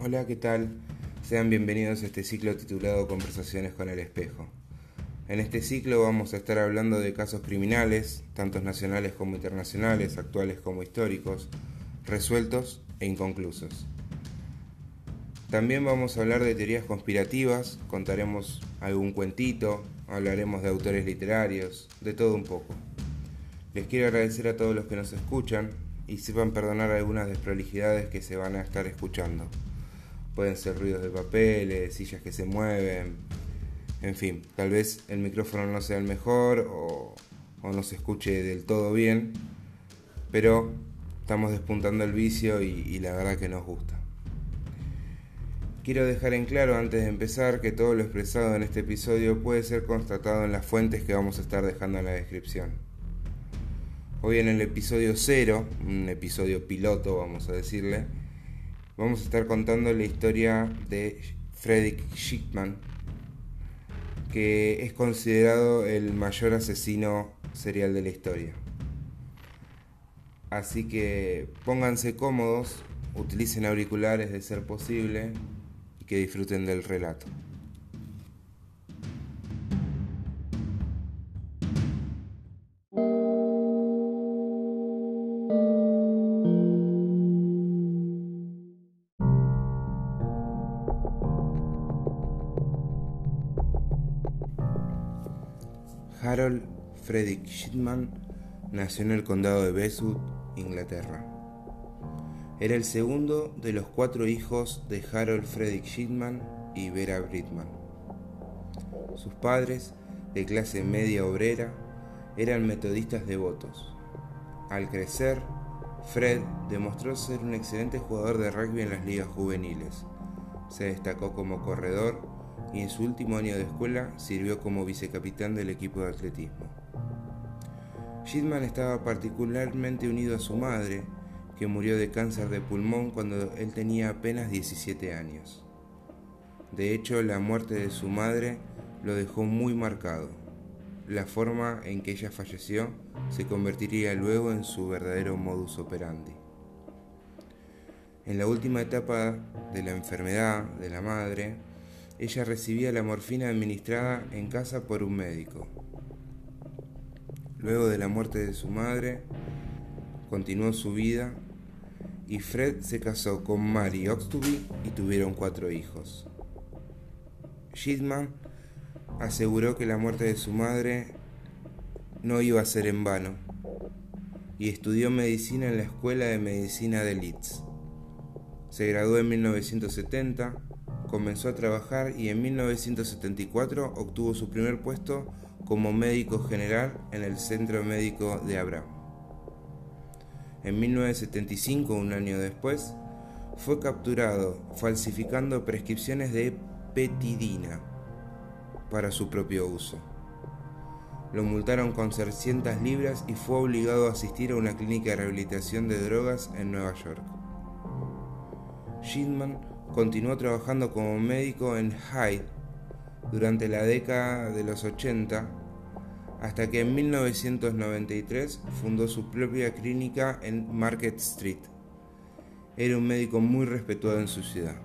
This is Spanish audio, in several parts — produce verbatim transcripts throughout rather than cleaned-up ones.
Hola, ¿qué tal? Sean bienvenidos a este ciclo titulado Conversaciones con el Espejo. En este ciclo vamos a estar hablando de casos criminales, tanto nacionales como internacionales, actuales como históricos, resueltos e inconclusos. También vamos a hablar de teorías conspirativas, contaremos algún cuentito, hablaremos de autores literarios, de todo un poco. Les quiero agradecer a todos los que nos escuchan y sepan perdonar algunas desprolijidades que se van a estar escuchando. Pueden ser ruidos de papeles, sillas que se mueven, en fin, tal vez el micrófono no sea el mejor o, o no se escuche del todo bien, pero estamos despuntando el vicio y, y la verdad que nos gusta. Quiero dejar en claro antes de empezar que todo lo expresado en este episodio puede ser constatado en las fuentes que vamos a estar dejando en la descripción. Hoy en el episodio cero, un episodio piloto vamos a decirle, vamos a estar contando la historia de Fredrik Schickman, que es considerado el mayor asesino serial de la historia. Así que pónganse cómodos, utilicen auriculares de ser posible y que disfruten del relato. Harold Fredrik Schickman nació en el condado de Bestwood, Inglaterra. Era el segundo de los cuatro hijos de Harold Fredrik Schickman y Vera Bridgman. Sus padres, de clase media obrera, eran metodistas devotos. Al crecer, Fred demostró ser un excelente jugador de rugby en las ligas juveniles. Se destacó como corredor y en su último año de escuela sirvió como vicecapitán del equipo de atletismo. Schickman estaba particularmente unido a su madre, que murió de cáncer de pulmón cuando él tenía apenas diecisiete años. De hecho, la muerte de su madre lo dejó muy marcado. La forma en que ella falleció se convertiría luego en su verdadero modus operandi. En la última etapa de la enfermedad de la madre, ella recibía la morfina administrada en casa por un médico. Luego de la muerte de su madre, continuó su vida y Fred se casó con Mary Oxtoby y tuvieron cuatro hijos. Schickman aseguró que la muerte de su madre no iba a ser en vano y estudió medicina en la Escuela de Medicina de Leeds. Se graduó en mil novecientos setenta, comenzó a trabajar y en mil novecientos setenta y cuatro obtuvo su primer puesto como médico general en el Centro Médico de Abraham. En mil novecientos setenta y cinco, un año después, fue capturado falsificando prescripciones de petidina para su propio uso. Lo multaron con seiscientas libras y fue obligado a asistir a una clínica de rehabilitación de drogas en Nueva York. Schickman continuó trabajando como médico en Hyde durante la década de los ochenta, hasta que en mil novecientos noventa y tres fundó su propia clínica en Market Street. Era un médico muy respetado en su ciudad.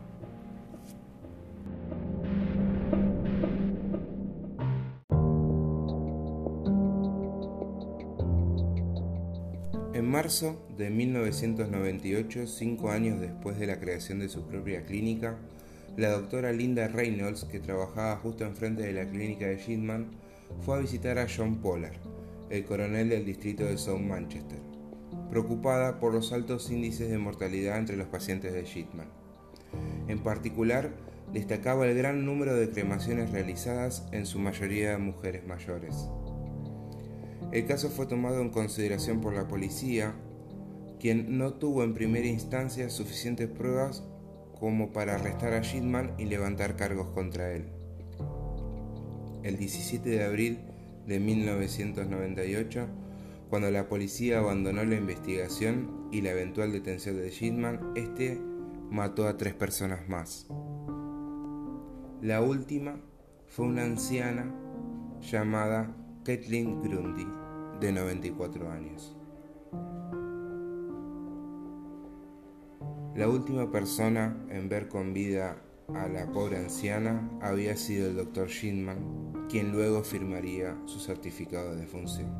En marzo de mil novecientos noventa y ocho, cinco años después de la creación de su propia clínica, la doctora Linda Reynolds, que trabajaba justo enfrente de la clínica de Schickman, fue a visitar a John Pollard, el coronel del distrito de South Manchester, preocupada por los altos índices de mortalidad entre los pacientes de Schickman. En particular, destacaba el gran número de cremaciones realizadas, en su mayoría de mujeres mayores. El caso fue tomado en consideración por la policía, quien no tuvo en primera instancia suficientes pruebas como para arrestar a Schickman y levantar cargos contra él. El diecisiete de abril de mil novecientos noventa y ocho, cuando la policía abandonó la investigación y la eventual detención de Schickman, este mató a tres personas más. La última fue una anciana llamada Kathleen Grundy, de noventa y cuatro años. La última persona en ver con vida a la pobre anciana había sido el doctor Shindman, quien luego firmaría su certificado de defunción.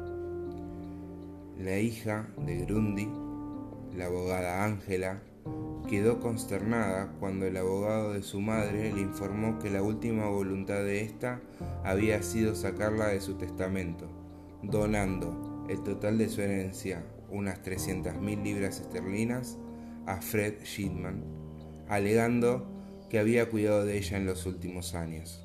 La hija de Grundy, la abogada Angela, quedó consternada cuando el abogado de su madre le informó que la última voluntad de ésta había sido sacarla de su testamento, donando el total de su herencia, unas trescientas mil libras esterlinas, a Fred Shindman, alegando que había cuidado de ella en los últimos años.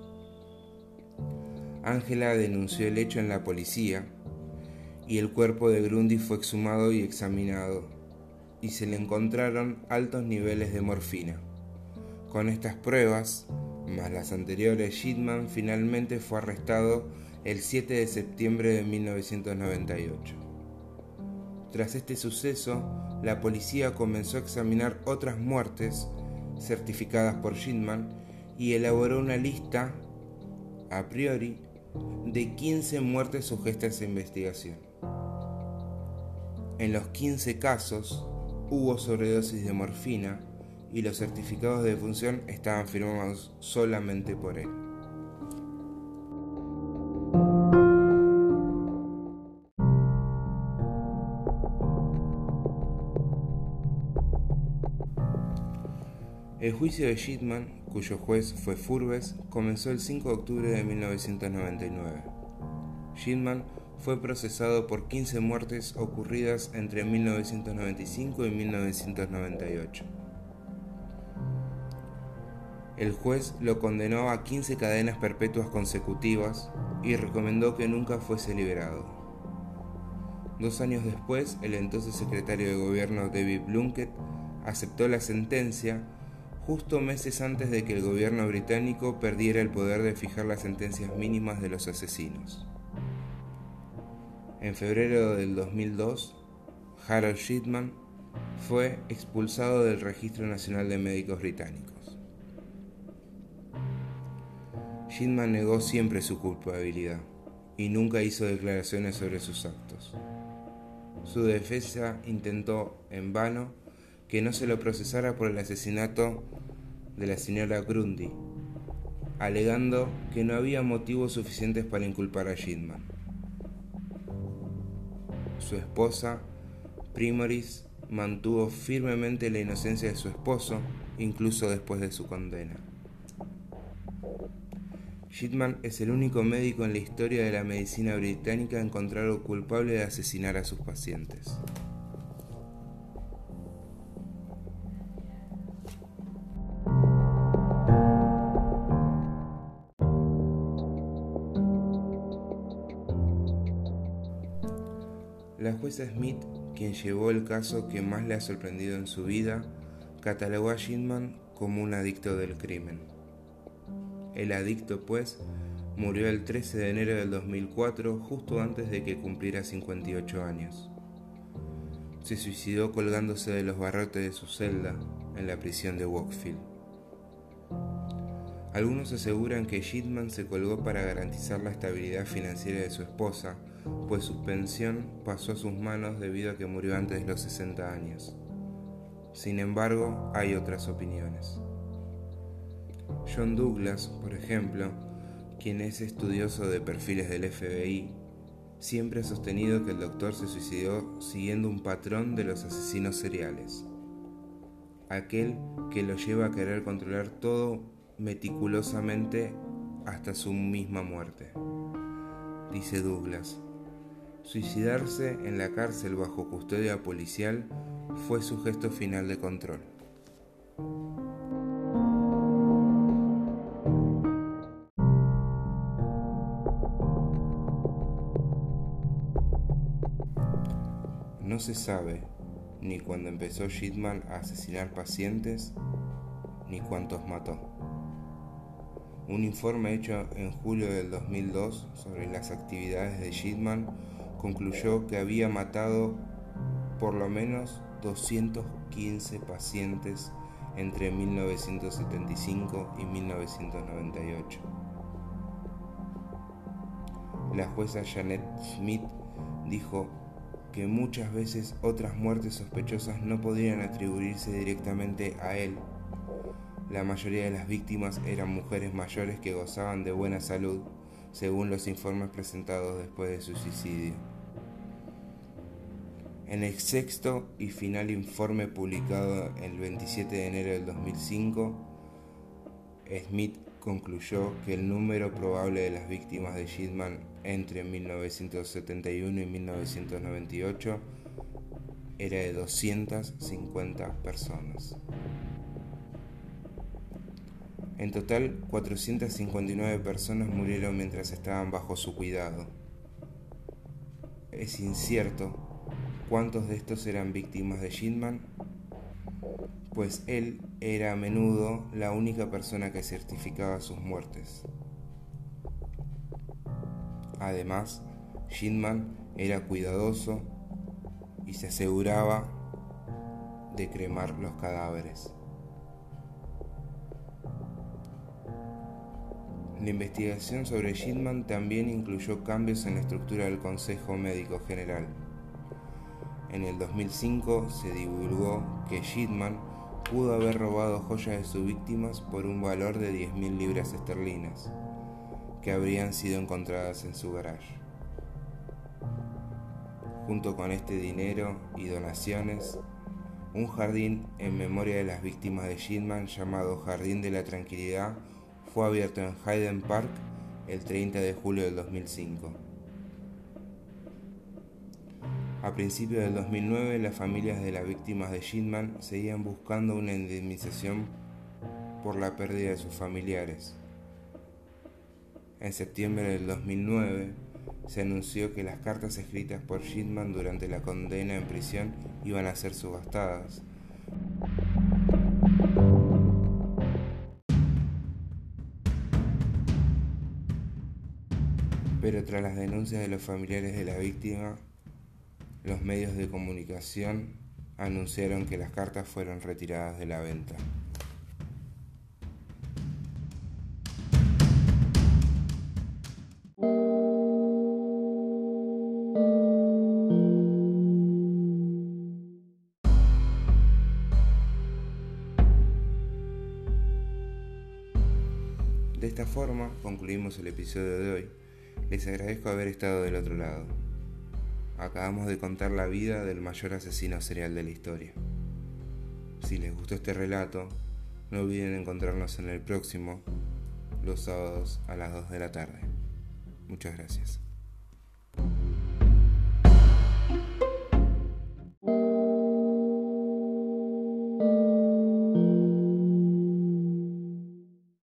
Angela denunció el hecho en la policía y el cuerpo de Grundy fue exhumado y examinado, y se le encontraron altos niveles de morfina. Con estas pruebas, más las anteriores, Shindman finalmente fue arrestado el siete de septiembre de mil novecientos noventa y ocho. Tras este suceso, la policía comenzó a examinar otras muertes certificadas por Shindman y elaboró una lista, a priori, de quince muertes sujetas a esa investigación. En los quince casos hubo sobredosis de morfina y los certificados de defunción estaban firmados solamente por él. El juicio de Shindman, cuyo juez fue Furbes, comenzó el cinco de octubre de mil novecientos noventa y nueve. Shindman fue procesado por quince muertes ocurridas entre mil novecientos noventa y cinco y mil novecientos noventa y ocho. El juez lo condenó a quince cadenas perpetuas consecutivas y recomendó que nunca fuese liberado. Dos años después, el entonces secretario de gobierno David Plunkett aceptó la sentencia justo meses antes de que el gobierno británico perdiera el poder de fijar las sentencias mínimas de los asesinos. En febrero del dos mil dos, Harold Shindman fue expulsado del Registro Nacional de Médicos Británicos. Shindman negó siempre su culpabilidad y nunca hizo declaraciones sobre sus actos. Su defensa intentó, en vano, que no se lo procesara por el asesinato de la señora Grundy, alegando que no había motivos suficientes para inculpar a Shindman. Su esposa, Primoris, mantuvo firmemente la inocencia de su esposo, incluso después de su condena. Shindman es el único médico en la historia de la medicina británica encontrado culpable de asesinar a sus pacientes. La jueza Smith, quien llevó el caso que más le ha sorprendido en su vida, catalogó a Shindman como un adicto del crimen. El adicto, pues, murió el trece de enero del dos mil cuatro, justo antes de que cumpliera cincuenta y ocho años. Se suicidó colgándose de los barrotes de su celda en la prisión de Wakefield. Algunos aseguran que Shindman se colgó para garantizar la estabilidad financiera de su esposa, pues su pensión pasó a sus manos debido a que murió antes de los sesenta años. Sin embargo, hay otras opiniones. John Douglas, por ejemplo, quien es estudioso de perfiles del F B I, siempre ha sostenido que el doctor se suicidó siguiendo un patrón de los asesinos seriales, aquel que lo lleva a querer controlar todo meticulosamente hasta su misma muerte. Dice Douglas: suicidarse en la cárcel bajo custodia policial fue su gesto final de control. No se sabe ni cuándo empezó Shindman a asesinar pacientes, ni cuántos mató. Un informe hecho en julio del dos mil dos sobre las actividades de Shindman concluyó que había matado por lo menos doscientos quince pacientes entre mil novecientos setenta y cinco y mil novecientos noventa y ocho. La jueza Janet Smith dijo: que muchas veces otras muertes sospechosas no podían atribuirse directamente a él. La mayoría de las víctimas eran mujeres mayores que gozaban de buena salud, según los informes presentados después de su suicidio. En el sexto y final informe publicado el veintisiete de enero del dos mil cinco, Smith concluyó que el número probable de las víctimas de Shipman entre mil novecientos setenta y uno y mil novecientos noventa y ocho era de doscientas cincuenta personas. En total, cuatrocientas cincuenta y nueve personas murieron mientras estaban bajo su cuidado. Es incierto cuántos de estos eran víctimas de Shipman, pues él era a menudo la única persona que certificaba sus muertes. Además, Shipman era cuidadoso y se aseguraba de cremar los cadáveres. La investigación sobre Shipman también incluyó cambios en la estructura del Consejo Médico General. En el dos mil cinco se divulgó que Shipman pudo haber robado joyas de sus víctimas por un valor de diez mil libras esterlinas, que habrían sido encontradas en su garaje. Junto con este dinero y donaciones, un jardín en memoria de las víctimas de Shipman llamado Jardín de la Tranquilidad fue abierto en Hyde Park el treinta de julio del dos mil cinco. A principios del dos mil nueve, las familias de las víctimas de Shipman seguían buscando una indemnización por la pérdida de sus familiares. En septiembre del dos mil nueve, se anunció que las cartas escritas por Shipman durante la condena en prisión iban a ser subastadas. Pero tras las denuncias de los familiares de la víctima, los medios de comunicación anunciaron que las cartas fueron retiradas de la venta. De esta forma concluimos el episodio de hoy. Les agradezco haber estado del otro lado. Acabamos de contar la vida del mayor asesino serial de la historia. Si les gustó este relato, no olviden encontrarnos en el próximo, los sábados a las dos de la tarde. Muchas gracias.